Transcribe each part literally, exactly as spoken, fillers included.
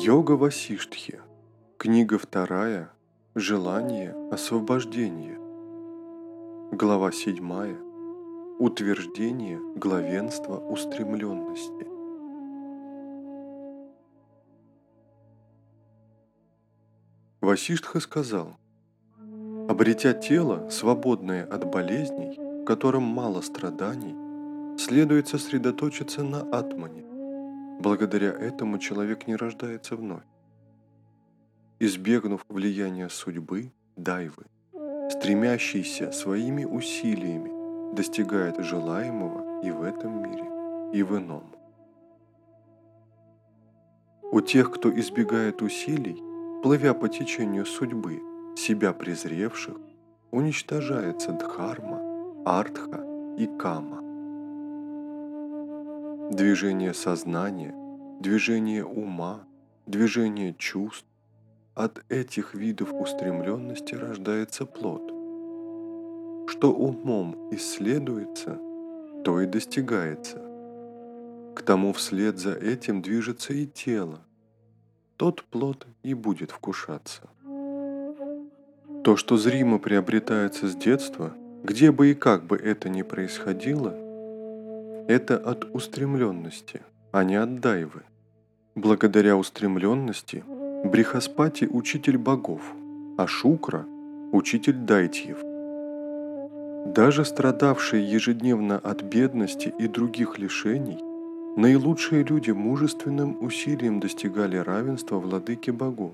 Йога Васиштхи. Книга вторая. Желание освобождения. Глава седьмая. Утверждение главенства устремленности. Васиштха сказал: обретя тело, свободное от болезней, в котором мало страданий, следует сосредоточиться на атмане. Благодаря этому человек не рождается вновь. Избегнув влияния судьбы, дайвы, стремящийся своими усилиями достигает желаемого и в этом мире, и в ином. У тех, кто избегает усилий, плывя по течению судьбы, себя презревших, уничтожается дхарма, артха и кама. Движение сознания, движение ума, движение чувств – от этих видов устремленности рождается плод. Что умом исследуется, то и достигается. К тому вслед за этим движется и тело. Тот плод и будет вкушаться. То, что зримо приобретается с детства, где бы и как бы это ни происходило, это от устремленности, а не от дайвы. Благодаря устремленности Брихаспати – учитель богов, а Шукра – учитель дайтьев. Даже страдавшие ежедневно от бедности и других лишений, наилучшие люди мужественным усилием достигали равенства владыки богов.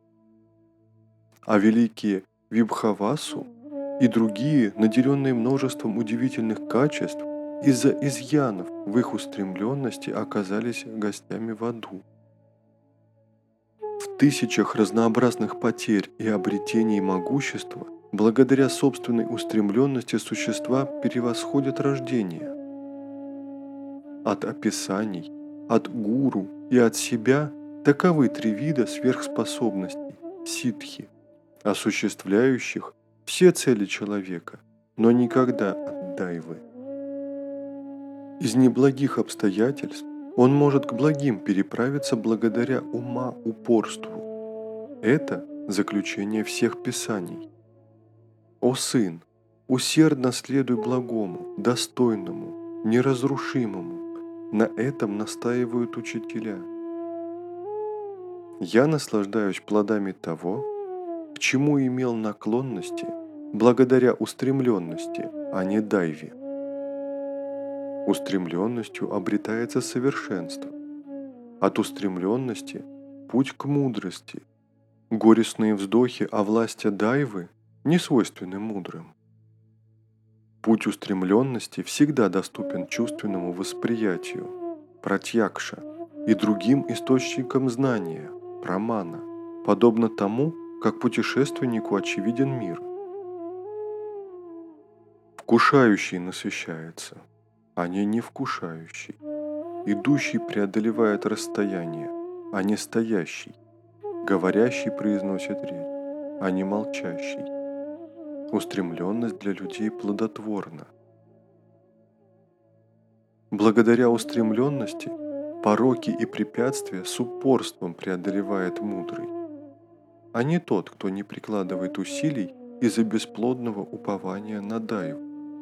А великие Вибхавасу и другие, наделенные множеством удивительных качеств, из-за изъянов в их устремленности оказались гостями в аду. В тысячах разнообразных потерь и обретений могущества, благодаря собственной устремленности существа превосходят рождение. От описаний, от гуру и от себя таковы три вида сверхспособностей – ситхи, осуществляющих все цели человека, но никогда от дайвы. Из неблагих обстоятельств он может к благим переправиться благодаря ума упорству. Это заключение всех писаний. О сын, усердно следуй благому, достойному, неразрушимому. На этом настаивают учителя. Я наслаждаюсь плодами того, к чему имел наклонности, благодаря устремленности, а не дайве. Устремленностью обретается совершенство. От устремленности – путь к мудрости. Горестные вздохи о власти дайвы не свойственны мудрым. Путь устремленности всегда доступен чувственному восприятию, пратьякша, и другим источникам знания, прамана, подобно тому, как путешественнику очевиден мир. Вкушающий насыщается, а не невкушающий. Идущий преодолевает расстояние, а не стоящий. Говорящий произносит речь, а не молчащий. Устремленность для людей плодотворна. Благодаря устремленности пороки и препятствия с упорством преодолевает мудрый, а не тот, кто не прикладывает усилий из-за бесплодного упования на дайву.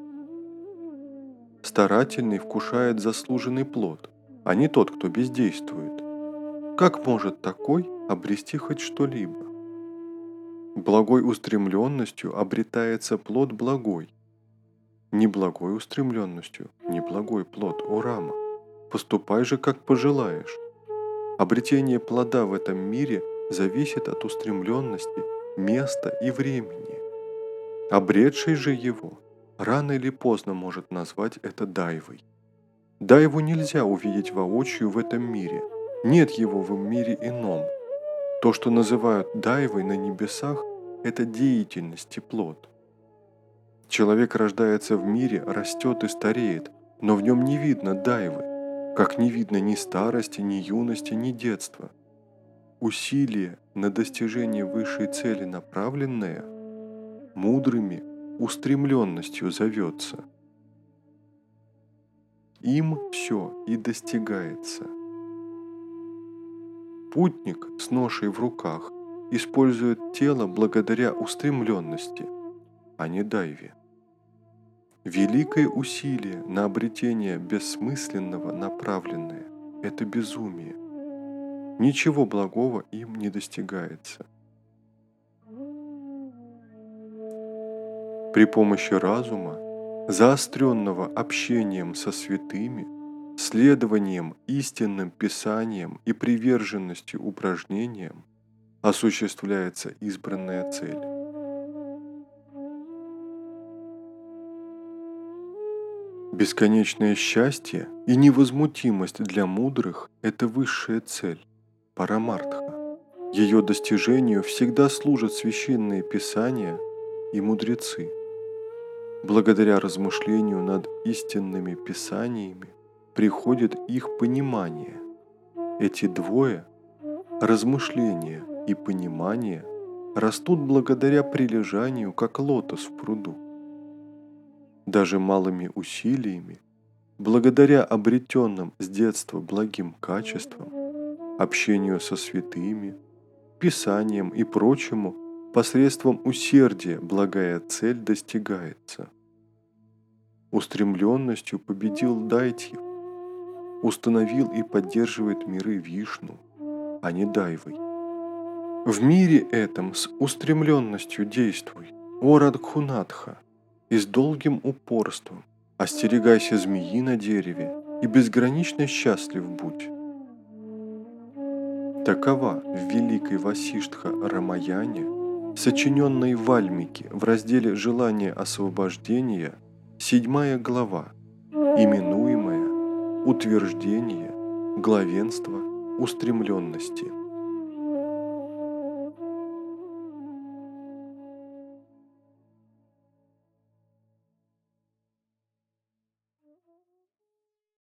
Старательный вкушает заслуженный плод, а не тот, кто бездействует. Как может такой обрести хоть что-либо? Благой устремленностью обретается плод благой. Неблагой устремленностью неблагой плод, о Рама. Поступай же, как пожелаешь. Обретение плода в этом мире зависит от устремленности, места и времени. Обретший же его рано или поздно может назвать это дайвой. Дайву нельзя увидеть воочию в этом мире. Нет его в мире ином. То, что называют дайвой на небесах, это деятельность и плод. Человек рождается в мире, растет и стареет, но в нем не видно дайвы, как не видно ни старости, ни юности, ни детства. Усилие на достижение высшей цели направленное, мудрыми устремленностью зовется. Им все и достигается. Путник с ношей в руках использует тело благодаря устремленности, а не дайве. Великое усилие на обретение бессмысленного направленное – это безумие. Ничего благого им не достигается. При помощи разума, заостренного общением со святыми, следованием истинным писаниям и приверженностью упражнениям осуществляется избранная цель. Бесконечное счастье и невозмутимость для мудрых – это высшая цель – парамартха. Ее достижению всегда служат священные писания и мудрецы. Благодаря размышлению над истинными писаниями приходит их понимание. Эти двое – размышление и понимание – растут благодаря прилежанию, как лотос в пруду. Даже малыми усилиями, благодаря обретенным с детства благим качествам, общению со святыми, писанием и прочему, посредством усердия благая цель достигается. Устремленностью победил Дайтьев, установил и поддерживает миры Вишну, а не Дайвой. В мире этом с устремленностью действуй, о Радхунатха, и с долгим упорством остерегайся змеи на дереве и безгранично счастлив будь. Такова в великой Васиштха Рамаяне, сочиненной Вальмики в разделе «Желание освобождения», седьмая глава, именуемая «Утверждение главенства устремленности».